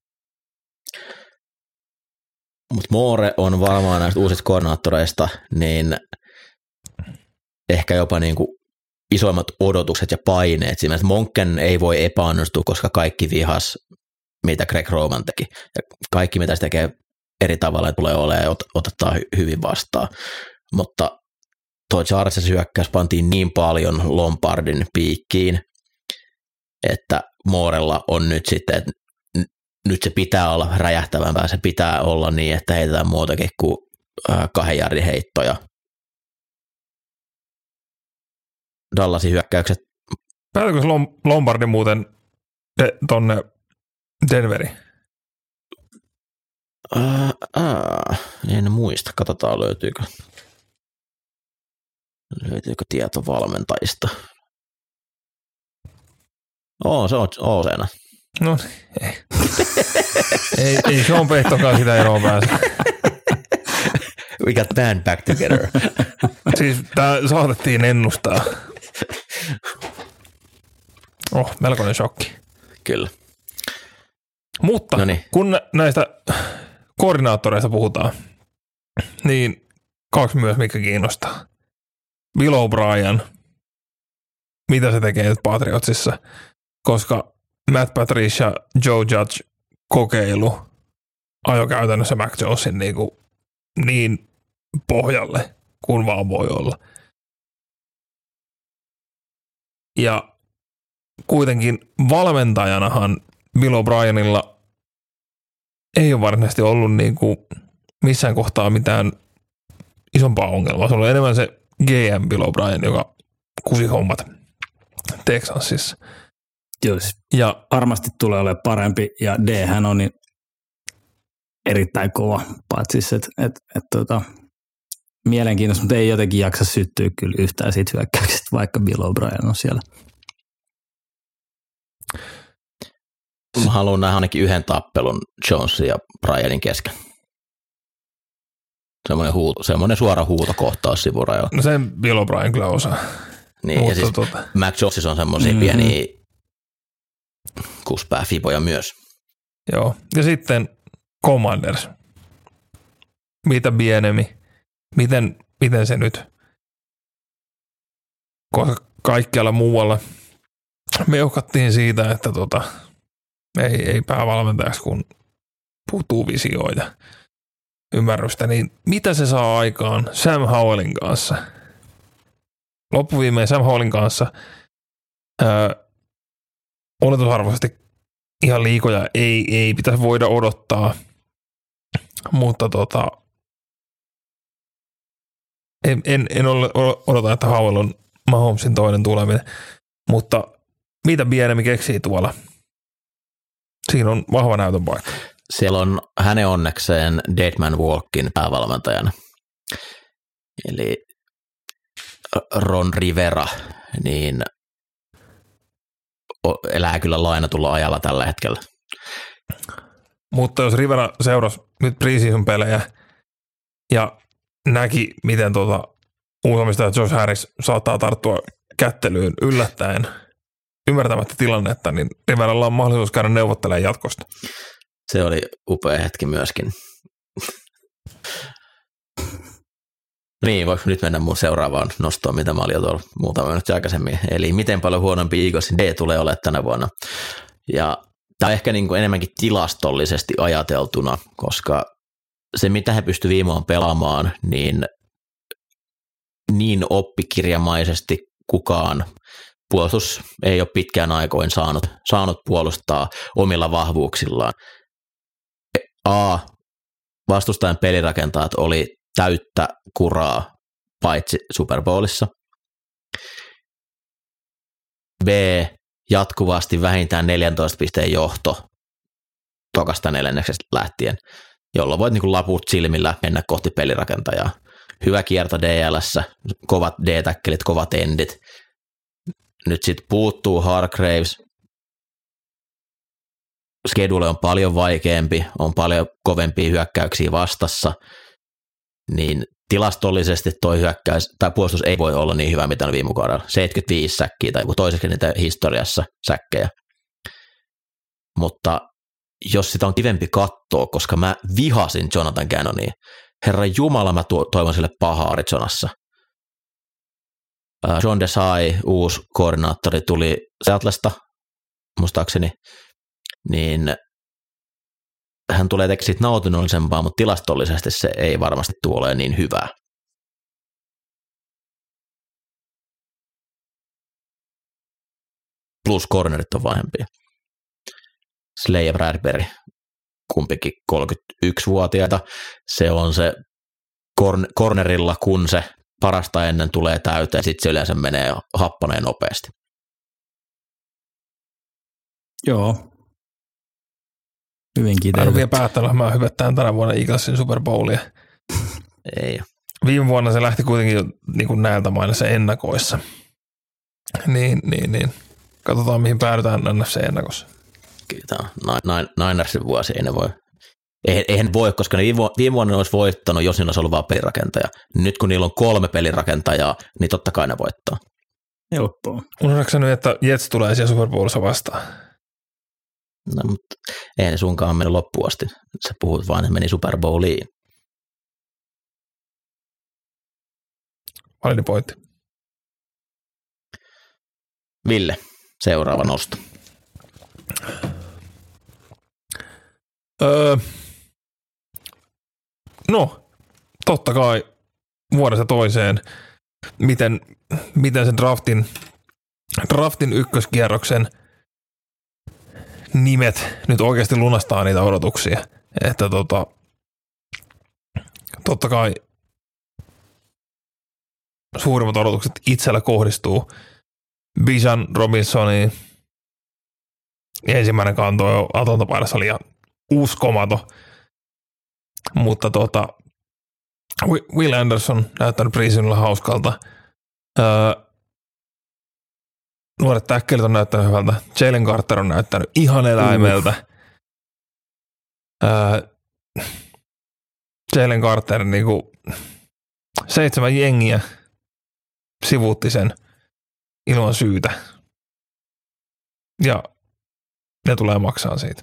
Mutta Moore on varmaan näistä uusista koordinaattoreista, niin ehkä jopa niinku isoimmat odotukset ja paineet. Siinä Monken ei voi epäonnistua, koska kaikki vihas, mitä Greg Roman teki. Ja kaikki, mitä se tekee eri tavalla, tulee olemaan ja otetaan hy- hyvin vastaan. Mutta tuo Chargers hyökkäys pantiin niin paljon Lombardin piikkiin, että Moorella on nyt sitten, että nyt se pitää olla räjähtävämpää, se pitää olla niin, että heitetään muutakin kuin kahden jardin heittoja. Dallasin hyökkäykset. Päätäkö se Lombardi muuten de, tonne Denveriin? Ää, ää, en muista, katsotaan löytyykö, löytyykö tieto valmentajista. Oo, se on Oosena. No ei. ei, ei Sean Paytonkaan sitä eroon pääse. We got band back together. Siis tää saatettiin ennustaa. Oh, melkoinen shokki. Kyllä. Mutta Noniin. kun näistä koordinaattoreista puhutaan, niin kaksi myös, mikä kiinnostaa. Bill O'Brien, mitä se tekee nyt Patriotsissa, koska Matt Patricia, Joe Judge kokeilu ajoi käytännössä Mac Jonesin niin, kuin niin pohjalle kuin vaan voi olla. Ja kuitenkin valmentajanahan Bill O'Brienilla ei ole varsinaisesti ollut niin kuin missään kohtaa mitään isompaa ongelmaa. Se on ollut enemmän se G M Bill O'Brien, joka kusi hommat Texansissa. Jos ja varmasti tulee olemaan parempi, ja D-hän on niin erittäin kova patsis, että et, et, tota, mielenkiintoista, mutta ei jotenkin jaksa syttyä kyllä yhtään siitä hyökkäyksestä, vaikka Bill O'Brien on siellä. Mä haluan nähdä ainakin yhden tappelun Jonesin ja Bryanin kesken. Semmoinen, huuto, semmoinen suora huutokohtaus sivurajalla. No sen Bill O'Brien kyllä osaa. Niin, mutta ja siis tuota. Mac Jonesissa on semmoisia mm-hmm. pieniä kuspääfiboja myös. Joo, ja sitten Commanders. Mitä pienemi? Miten, miten se nyt? Koska kaikkialla muualla me uhkattiin siitä, että tota, ei, ei päävalmentajaksi, kun puuttuu visioita ja ymmärrystä, niin mitä se saa aikaan Sam Howellin kanssa? Loppuviimeen Sam Howellin kanssa öö, oletusarvoisesti ihan liikoja ei, ei pitäisi voida odottaa, mutta tota, en, en, en ole, odota, että Howell on Mahomesin toinen tuleminen. Mutta mitä Bieniemi keksii tuolla? Siinä on vahva näytön paikka. Siellä on hänen onnekseen Deadman Walkin päävalmentajana. Eli Ron Rivera, niin elää kyllä lainatulla ajalla tällä hetkellä. Mutta jos Rivera seurasi nyt preseason pelejä ja näki, miten tuota uusomistaja Josh Harris saattaa tarttua kättelyyn yllättäen ymmärtämättä tilannetta, niin Riveralla on mahdollisuus käydä neuvottelemaan jatkosta. Se oli upea hetki myöskin. Niin, voiko nyt mennä mun seuraavaan nostoon, mitä mä olin jo tuolla muutama minuutti aikaisemmin. Eli miten paljon huonompi Eaglesin D tulee olemaan tänä vuonna. Ja tämä on ehkä niin kuin enemmänkin tilastollisesti ajateltuna, koska se, mitä he pystyivät viime vuonna pelaamaan, niin niin oppikirjamaisesti kukaan puolustus ei ole pitkään aikoin saanut, saanut puolustaa omilla vahvuuksillaan. A, vastustajan pelirakentajat oli täyttä kuraa paitsi Super Bowlissa. B, jatkuvasti vähintään neljäntoista pisteen johto tokasta neljänneksestä lähtien, jolloin voit niin kuin laput silmillä mennä kohti pelirakentajaa. Hyvä kierto D L:ssä, kovat D-täkkelit, kovat endit. Nyt sitten puuttuu Hargraves. Schedule on paljon vaikeampi, on paljon kovempia hyökkäyksiä vastassa, niin tilastollisesti toi hyökkäys, tai puolustus ei voi olla niin hyvä, mitä on viime kaudella. seitsemänkymmentäviisi säkkiä tai toiseksi niitä historiassa säkkejä. Mutta jos sitä on kivempi katsoa, koska mä vihasin Jonathan Gannonia. Herran Jumala, mä toivon sille pahaa Arizonassa. John Desai, uusi koordinaattori, tuli Seatlesta, muistaakseni, niin hän tulee tekemään siitä nautinnollisempaa, mutta tilastollisesti se ei varmasti tule niin hyvää. Plus cornerit on vanhempia. Slay ja Bradbury, kumpikin kolmekymmentäyksivuotiaita. Se on se korn- cornerilla, kun se parasta ennen tulee täyteen, sitten se yleensä menee happaneen nopeasti. Joo. Hyvin kiteytetty. Hän on vielä päättänyt, että mä hyvättään tänä vuonna Eaglesin Super Bowlia. Ei. Viime vuonna se lähti kuitenkin jo niin kuin näiltä mainissa ennakoissa. Niin, niin, niin. Katsotaan, mihin päädytään N F C-ennakossa. Kyllä tämä on Ninersin vuosi, ei ne voi. Eihän voi, koska ne viime vuonna ne olisi voittanut, jos niillä olisi ollut vain pelirakentaja. Nyt kun niillä on kolme pelirakentajaa, niin totta kai ne voittaa. Helppoa. Unohdatko nyt, että Jets tulee siellä Super Bowlissa vastaan? No, mutta eihän ne sunkaan mene loppuun asti. Sä puhut vaan, että meni Super Bowliin. Validi pointti. Ville, seuraava nosto. Öö, no, totta kai vuodesta toiseen, miten, miten sen draftin, draftin ykköskierroksen nimet nyt oikeasti lunastaa niitä odotuksia. Että tota, totta kai suurimmat odotukset itsellä kohdistuu Bijan Robinsoniin. Ensimmäinen kanto jo Atlanta-paidassa oli ihan uskomaton, mutta tota, Will Anderson näyttänyt preseasonilla hauskalta. Öö, nuoret täkkelit on näyttänyt hyvältä. Jalen Carter on näyttänyt ihan eläimeltä. Öö, Jalen Carter niinku seitsemän jengiä sivuutti sen ilman syytä. Ja ne tulee maksaa siitä.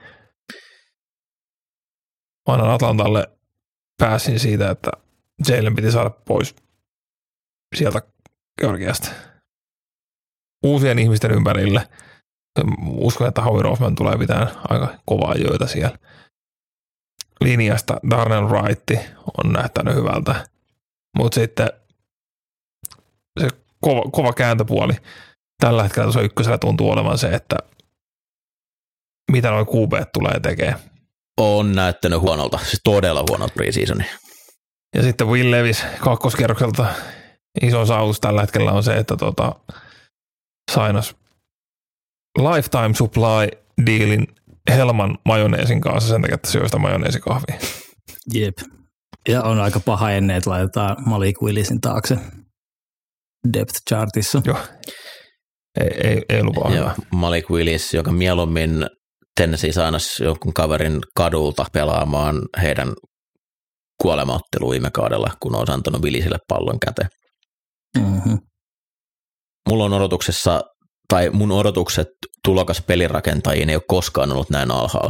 Mä annan Atlantalle pääsin siitä, että Jalen piti saada pois sieltä Georgiasta. Uusien ihmisten ympärille. Uskon, että Howie Roseman tulee pitämään aika kovaa jöitä siellä. Linjasta Darnell Wright on näyttänyt hyvältä. Mutta sitten se kova, kova kääntöpuoli tällä hetkellä tuossa ykkösellä tuntuu olevan se, että mitä nuo Q B:t tulee tekemään. On näyttänyt huonolta, siis todella huonolta preseasoni. Ja sitten Will Levis kakkoskierrokselta iso saavutus tällä hetkellä on se, että tota, sainas lifetime supply dealin Helman majoneesin kanssa sen takia, että syö sitä majoneesikahvia. Jep. Ja on aika paha ennen, että laitetaan Malik Willisin taakse depth chartissa. Joo. Ei, ei, ei lupaa hyvä. Malik Willis, joka mieluummin Tennessee sainas jonkun kaverin kadulta pelaamaan heidän kuolemaottelu viime kaudella, kun olisi antanut Willisille pallon käteen. Mm-hmm. Mulla on odotuksessa, tai mun odotukset tulokas pelirakentajiin ei ole koskaan ollut näin alhaalla.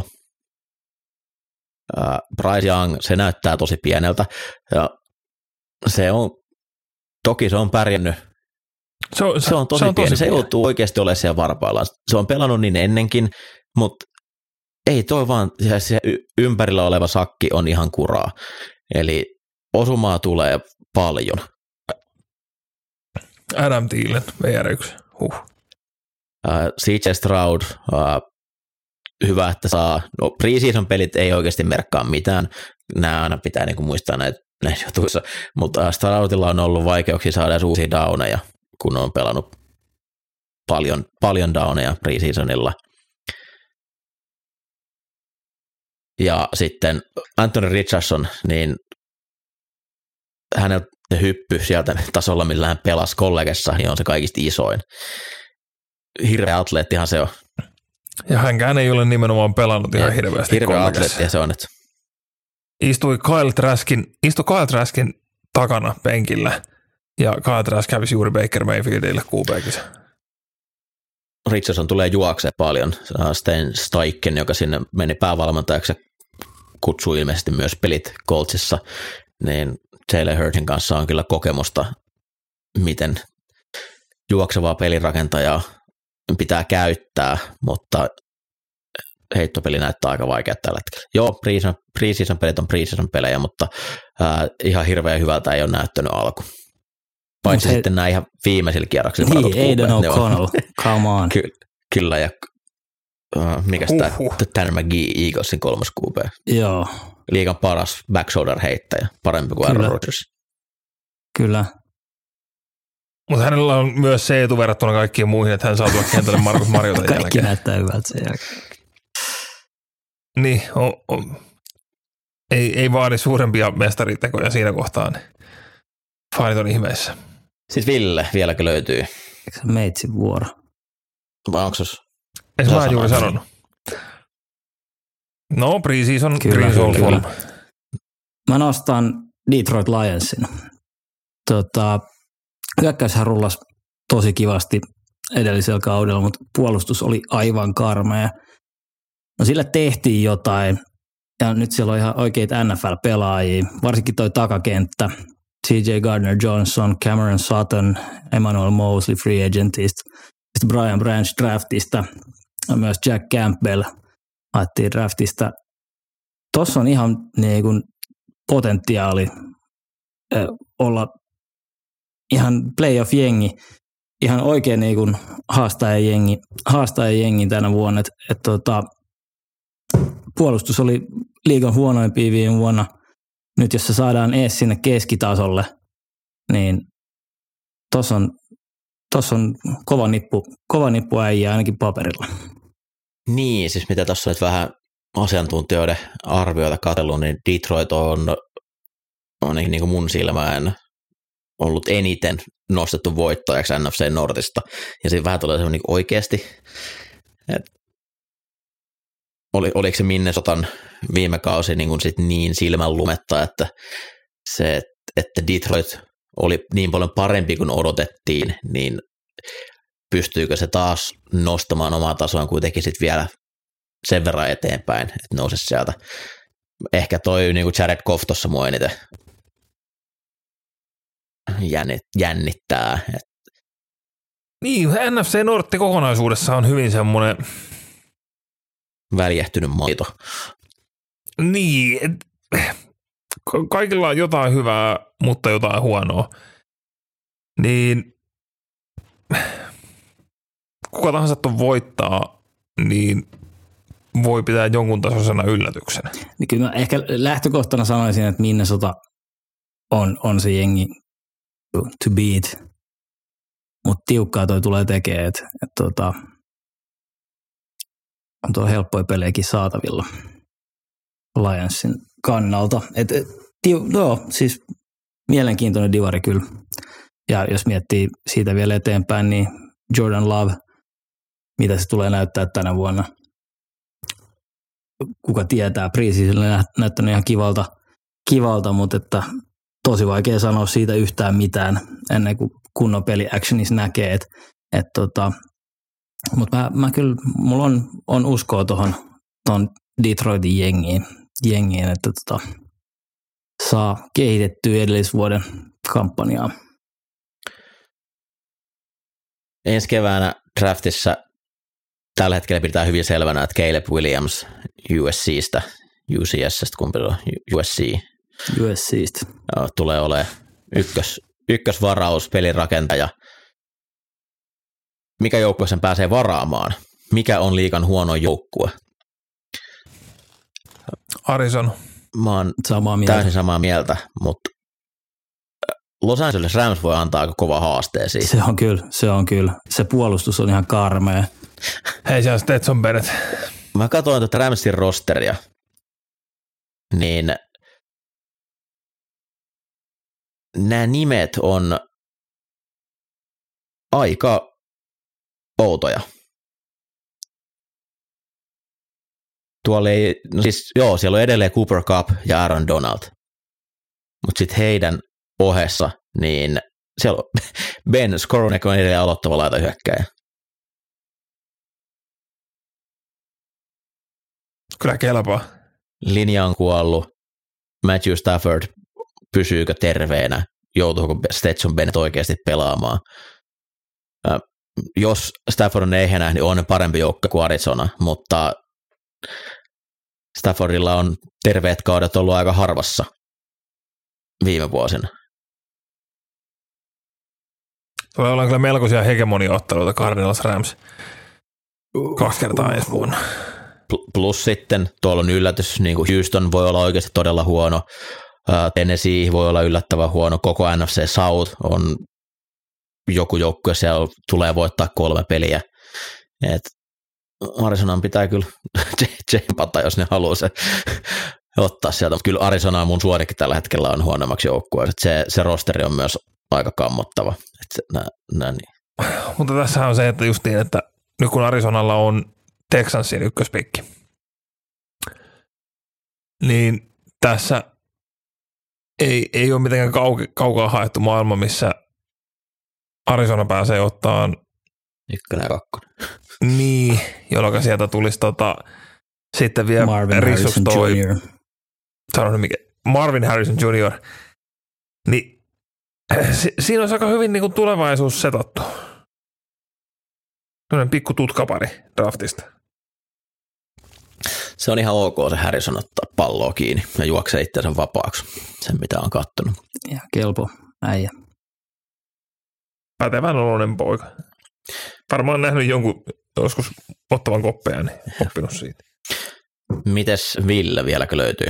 Uh, Bryce Young, se näyttää tosi pieneltä, ja se on, toki se on pärjännyt, se on, se on tosi se on pieni, tosi se joutuu oikeasti olemaan siellä varpaillaan. Se on pelannut niin ennenkin, mutta ei toi vaan, se ympärillä oleva sakki on ihan kuraa, eli osumaa tulee paljon. Adam Thielen, V R yksi, huh. Uh, C J Stroud, uh, hyvä, että saa, no preseason pelit ei oikeasti merkkaa mitään, nämä aina pitää niin kuin muistaa näitä, näissä jutuissa, mutta Stroudilla on ollut vaikeuksia saada edes uusia downeja, kun on pelannut paljon, paljon downeja preseasonilla. Ja sitten Anthony Richardson, niin hänellä se hyppy sieltä tasolla, millä hän pelasi kollegessa, niin on se kaikista isoin. Hirveä atleettihan se on. Ja hänkään ei ole nimenomaan pelannut ihan hirveästi. Hirveä atleettia se on. Että istui Kyle Traskin, istui Kyle Traskin takana penkillä, ja Kyle Trask kävisi juuri Baker Mayfieldille Q B:kissä. Richardson tulee juokseen paljon. Sten Steichen, joka sinne meni päävalmentajaksi, kutsui ilmeisesti myös pelit Coltsissa, niin Jalen Hurtin kanssa on kyllä kokemusta, miten juoksevaa pelirakentajaa pitää käyttää, mutta heittopeli näyttää aika vaikea tällä hetkellä. Joo, preseason pelit on preseason pelejä, mutta ää, ihan hirveän hyvältä ei ole näyttänyt alku. Paitsi sitten he... nämä ihan viimeisillä kierroksilla. Niin, Aiden O'Connell, come on. Ky- kyllä, ja uh, mikäs uh, tämä uh. Tanner McGee, Eaglesin kolmas Q B. Joo. Liigan paras backshoulder-heittäjä, parempi kuin Aaron Rodgers. Kyllä. Mutta hänellä on myös se etu verrattuna kaikkiin muihin, että hän saa tulla kentälle Markus Mariota jälkeen. Kaikki näyttää hyvältä sen jälkeen. Niin, on, on. Ei, ei vaadi suurempia mestaritekoja siinä kohtaa. Fanit on ihmeessä. Siis Ville, vieläkö löytyy? Eikö se meitsin vuoro? Vai onko se? Eikö mä juuri sanonut? No, preseason, preseason form. Mä nostan Detroit Lionsin. Tota, hyökkäyshän rullasi tosi kivasti edellisellä kaudella, mutta puolustus oli aivan karmea. No sillä tehtiin jotain, ja nyt siellä on ihan oikeita N F L-pelaajia, varsinkin toi takakenttä. C J Gardner-Johnson, Cameron Sutton, Emmanuel Mosley free agentista, sitten Brian Branch draftista, ja myös Jack Campbell haettiin draftista. Tuossa on ihan niin kuin potentiaali äh, olla ihan playoff-jengi, ihan oikein niin kuin haastajajengi, haastajajengi tänä vuonna. Et, et tota, puolustus oli liigan huonoimpia viime vuonna. Nyt jos se saadaan ees sinne keskitasolle, niin tuossa on, tossa on kova nippu, kova nippu äijä ainakin paperilla. Niin, siis mitä tuossa nyt vähän asiantuntijoiden arvioita katsellut, niin Detroit on, on niin kuin mun silmään ollut eniten nostettu voittajaksi N F C Nordista. Ja siinä vähän tulee semmoinen oikeasti, että Oli, oliko se Minnesotan viime kausi niin, sit niin silmänlumetta, että se, että Detroit oli niin paljon parempi kuin odotettiin, niin pystyykö se taas nostamaan omaa tasoaan kuitenkin sit vielä sen verran eteenpäin, että nousisi sieltä. Ehkä toi niin kuin Jared Goff tuossa mua eniten jännittää. Niin, N F C Nortti kokonaisuudessa on hyvin semmoinen väljähtynyt maito. Niin, kaikilla on jotain hyvää, mutta jotain huonoa. Niin kuka tahansa tuon voittaa, niin voi pitää jonkun tasoisena yllätyksenä. Niin kyllä mä ehkä lähtökohtana sanoisin, että Minnesota on, on se jengi to beat, mutta tiukkaa toi tulee tekemään, että et, tota, on tuo helppoja pelejäkin saatavilla Lionsin kannalta. Et, et, tiu, no, siis mielenkiintoinen divari kyllä. Ja jos miettii siitä vielä eteenpäin, niin Jordan Love, mitä se tulee näyttää tänä vuonna. Kuka tietää, preseasonilla näyttänyt ihan kivalta, kivalta, mutta että tosi vaikea sanoa siitä yhtään mitään ennen kuin kunnon peli actionissa näkee. Et, et tota, mutta mä, mä kyllä, mulla on, on uskoa tuohon ton Detroitin jengiin, jengiin että tota, saa kehitettyä edellisvuoden kampanjaa. Ensi keväänä draftissa tällä hetkellä pidetään hyvin selvänä, että Caleb Williams U S C:stä, U C S:stä, kumpi on U S C. U S C:stä. Tulee olemaan ykkös, ykkösvaraus, pelirakentaja. Mikä joukkue sen pääsee varaamaan? Mikä on liigan huono joukkue? Arizona. Mä oon samaa mieltä. täysin samaa mieltä, mutta Los Angeles Rams voi antaa aika kova haasteen siitä. Se on kyllä, se on kyllä. Se puolustus on ihan karmea. Hei, se on Stetson Bennett. Mä katsoin tuota Ramsin rosteria, niin nämä nimet on aika outoja. Tuolla ei, no siis joo, siellä on edelleen Cooper Kupp ja Aaron Donald, mutta sitten heidän ohessa, niin siellä on Ben Skoronek on edelleen aloittava laitahyökkäjä. Kyllä kelpaa. Linja on kuollut. Matthew Stafford, pysyykö terveenä? Joutuuko Stetson Bennett oikeasti pelaamaan? Äh, jos Stafford on ehjänä, niin on parempi joukko kuin Arizona, mutta Staffordilla on terveet kaudet ollut aika harvassa viime vuosina. Tulee olla kyllä melkoisia hegemonia-otteluita Cardinals Rams kaksi kertaa ensi vuonna. Plus sitten tuolla on yllätys, niin kuin Houston voi olla oikeasti todella huono, Tennessee voi olla yllättävän huono, koko N F C South on joku joukkue, siellä tulee voittaa kolme peliä. Et Arizonan pitää kyllä tsempata, jos ne haluaa se ottaa sieltä, mutta kyllä Arizona on mun suosikki tällä hetkellä on huonommaksi joukkueeksi. Se, se rosteri on myös aika kammottava. Nä, nä, niin. Mutta tässä on se, että just niin, että nyt kun Arizonalla on Texansin ykköspikki, niin tässä ei, ei ole mitenkään kauka, kaukaa haettu maailma, missä Arizona pääsee ottaa ykkönen ja kakkonen. Niin, jolloin sieltä tulisi tota, sitten vielä Marvin Harrison junior Sanon mikä, Marvin Harrison junior Niin si, siinä olisi aika hyvin niin kuin tulevaisuus setattu. Sellainen pikku tutkapari draftista. Se on ihan ok se Harrison ottaa palloa kiinni ja juoksee itseänsä vapaaksi, sen mitä on kattonut. Ja kelpo äijä. Pätevän oloinen poika. Varmaan nähnyt jonkun joskus ottavan koppeja, niin oppinut siitä. Mites Ville, vieläkö löytyy?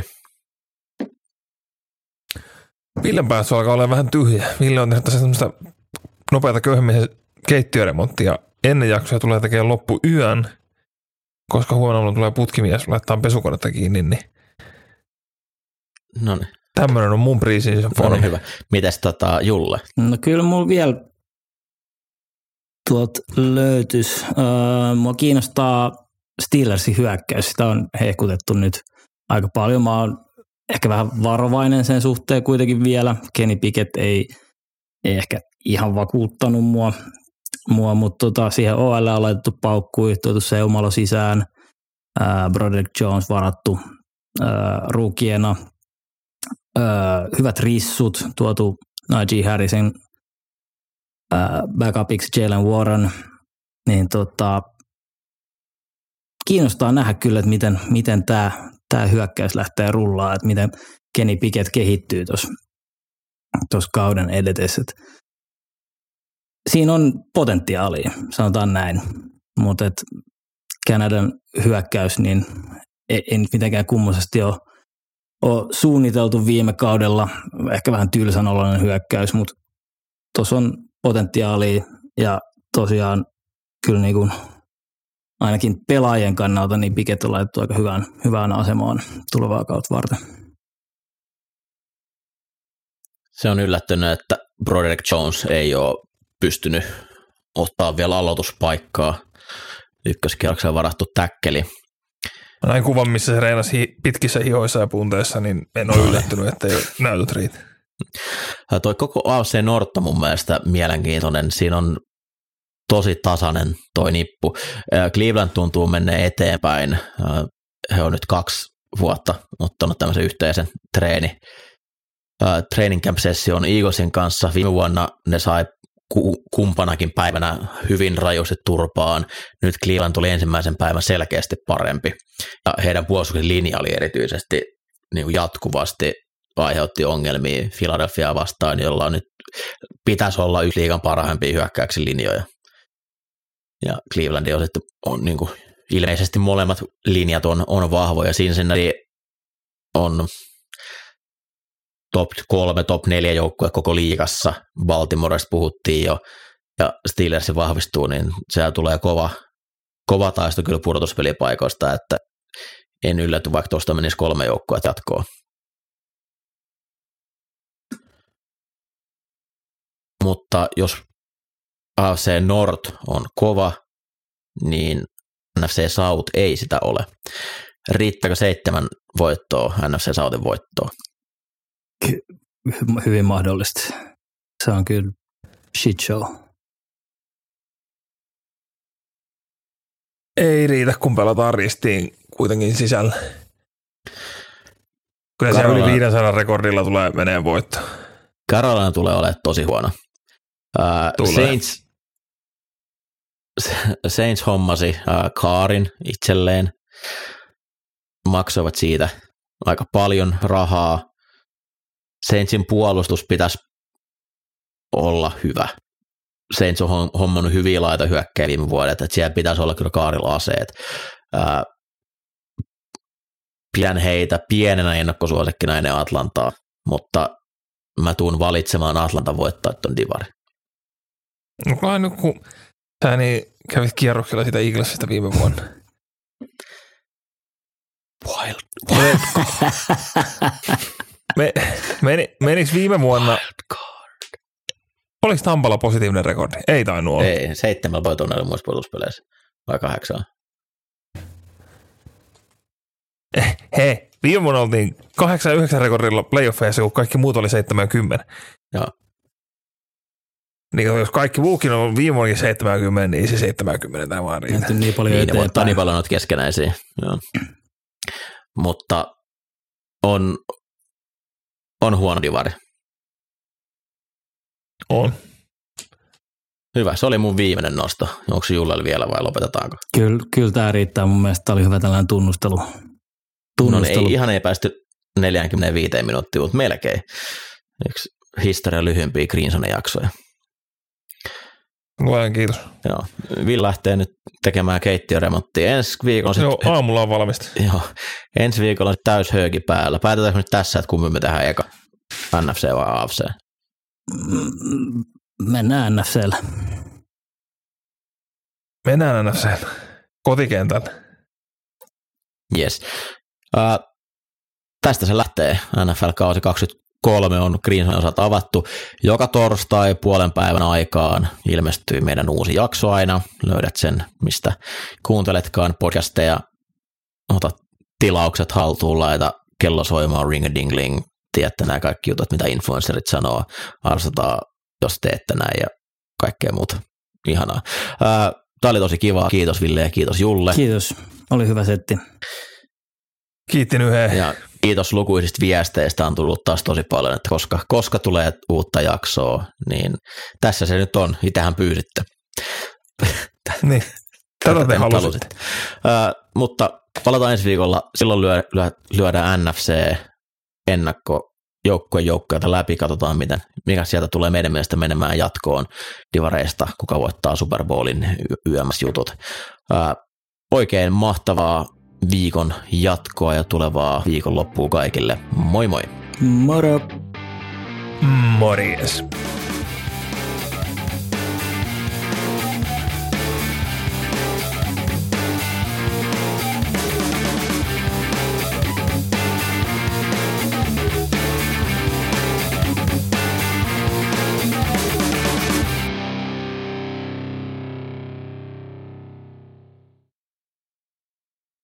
Villen päässä alkaa olla vähän tyhjä. Ville on tehnyt tässä semmoista nopeata köyhemmisen keittiöremonttia. Ennen jaksoja tulee tekemään loppu yön, koska huomenna tulee putkimies, laittaa pesukonetta kiinni. Niin Noniin. Tämmöinen on mun preseason formi. No hyvä. Mites tota Julle? No kyllä mulla vielä tuot löytys. Öö, mua kiinnostaa Steelersin hyökkäys. Sitä on hehkutettu nyt aika paljon. Mä oon ehkä vähän varovainen sen suhteen kuitenkin vielä. Kenny Pickett ei, ei ehkä ihan vakuuttanut mua, mua mutta tota, siihen O L on laitettu paukkui, tuotu Seumalo sisään, ää, Broderick Jones varattu ää, ruukiena, ää, hyvät rissut, tuotu Najee Harrison ää, backupiksi Jalen Warren, niin tota, kiinnostaa nähdä kyllä, että miten, miten tämä tää hyökkäys lähtee rullaan, että miten Kenny Pickett kehittyy tuossa kauden edetessä. Siinä on potentiaalia, sanotaan näin, mutta Kanadan hyökkäys niin ei, ei nyt mitenkään kummoisesti ole, ole suunniteltu viime kaudella, ehkä vähän tylsän oloinen hyökkäys, mutta tuossa on potentiaalia ja tosiaan kyllä niin kuin ainakin pelaajien kannalta niin Pickett on laitettu aika hyvään, hyvään asemaan tulevaa kautta varten. Se on yllättynyt, että Broderick Jones ei ole pystynyt ottaa vielä aloituspaikkaa. Ykköskierroksella varattu täkkeli. Näin kuvan, missä se reenasi pitkissä hihoissa ja punteissa, niin en ole yllättynyt, että ei näytöt riitä. Toi koko A F C North on mun mielestä mielenkiintoinen. Siinä on tosi tasainen toi nippu. Cleveland tuntuu mennä eteenpäin. He on nyt kaksi vuotta ottanut tämmöisen yhteisen treeni. Training camp session Eaglesin kanssa. Viime vuonna ne sai kumpanakin päivänä hyvin rajusti turpaan. Nyt Cleveland tuli ensimmäisen päivän selkeästi parempi. Ja heidän puolustuksen linja oli erityisesti niin kuin jatkuvasti aiheutti ongelmia Philadelphiaa vastaan, jolla on nyt pitäisi olla yksi liigan parhaimpia hyökkäyksen linjoja. Ja Cleveland on, sitten, on niin kuin, ilmeisesti molemmat linjat on, on vahvoja. Cincinnati on top kolme, top neljä joukkue koko liigassa. Baltimoresta puhuttiin jo, ja Steelers vahvistuu, niin siellä tulee kova, kova taisto kyllä pudotuspelipaikoista, että en ylläty, vaikka tuosta menisi kolme joukkoa jatkoon. Mutta jos A F C North on kova, niin N F C South ei sitä ole. Riittääkö seitsemän voittoa N F C Southin voittoa? Hyvin mahdollista. Se on kyllä shit show. Ei riitä, kun pelataan ristiin kuitenkin sisällä. Kyllä se yli viisisataa rekordilla tulee menee voitto. Carolina tulee olemaan tosi huono. Uh, Saints, Saints hommasi uh, Kaarin itselleen. Maksoivat siitä aika paljon rahaa. Saintsin puolustus pitäisi olla hyvä. Saints on hommannut hyviä laitahyökkäjiä viime vuodet, että siellä pitäisi olla kyllä Kaarilla aseet. Ää, pidän heitä pienenä ennakkosuosikkina ennen Atlantaa, mutta mä tuun valitsemaan Atlantan voittaa tuon divari. No aina kun sä niin kävit kierroksella sitä Eaglesista viime vuonna. Wild, wild Me, meni, menikö viime vuonna, oliko Tampalla positiivinen rekordi? Ei tainnut olla. Ei, seitsemän voitoa näillä muissa puolustuspeleissä, vai kahdeksan. Hei, viime vuonna oltiin kahdeksan yhdeksän rekordilla playoffeissa, kun kaikki muut oli seitsemänkymmentä. Joo. Niin jos kaikki muukin on viime vuonnakin seitsemänkymmentä, niin se seitsemänkymmentä tämä vaan riittää. Niin paljon niin, eteenpäin. Niin paljon olet keskenäisiä. Joo. Mutta on, on huono divari. On. Hyvä, se oli mun viimeinen nosto. Onko Jullella vielä vai lopetetaanko? Kyllä, kyllä tämä riittää. Mun mielestä tämä oli hyvä tällainen tunnustelu. tunnustelu. No ei, ihan ei päästy neljäkymmentäviisi minuuttia, mutta melkein. Yksi historian lyhyempiä Greensonin jaksoja. Luojan kiitos. Joo. Ville lähtee nyt tekemään keittiöremonttia. Ensi viikolla sit, Joo, aamulla on valmista. Joo, ensi viikolla on täys höyki päällä. Päätetäänkö nyt tässä, että kummin me tehdään eka? N F C vai A F C? Mennään N F C:llä. Mennään N F C:llä. Kotikentällä. Yes. Uh, tästä se lähtee. N F L-kausi kaksikymmentäkolme on Greensonin osalta avattu. Joka torstai puolen päivän aikaan ilmestyy meidän uusi jakso aina. Löydät sen, mistä kuunteletkaan podcasteja. Ota tilaukset haltuun, laita kello soimaan, ring-a-ding-ling. Tiedätte nämä kaikki jutut, mitä influencerit sanoo. Arvostetaan, jos teette näin ja kaikkea muuta. Ihanaa. Uh, Tämä oli tosi kiva. Kiitos Ville ja kiitos Julle. Kiitos. Oli hyvä setti. Kiittin yhden. Ja kiitos lukuisista viesteistä. On tullut taas tosi paljon, että koska, koska tulee uutta jaksoa, niin tässä se nyt on. Itähän pyysitte. Niin. Tätä te halusit. Uh, mutta palataan ensi viikolla. Silloin lyö, lyö, lyödään N F C ennakko joukkueen joukkoja läpi. Katsotaan, miten, mikä sieltä tulee meidän mielestä menemään jatkoon divareista, kuka voittaa Super Bowlin Y M S-jutut. Uh, oikein mahtavaa viikon jatkoa ja tulevaa viikonloppua kaikille. Moi moi! Moro! Morjes!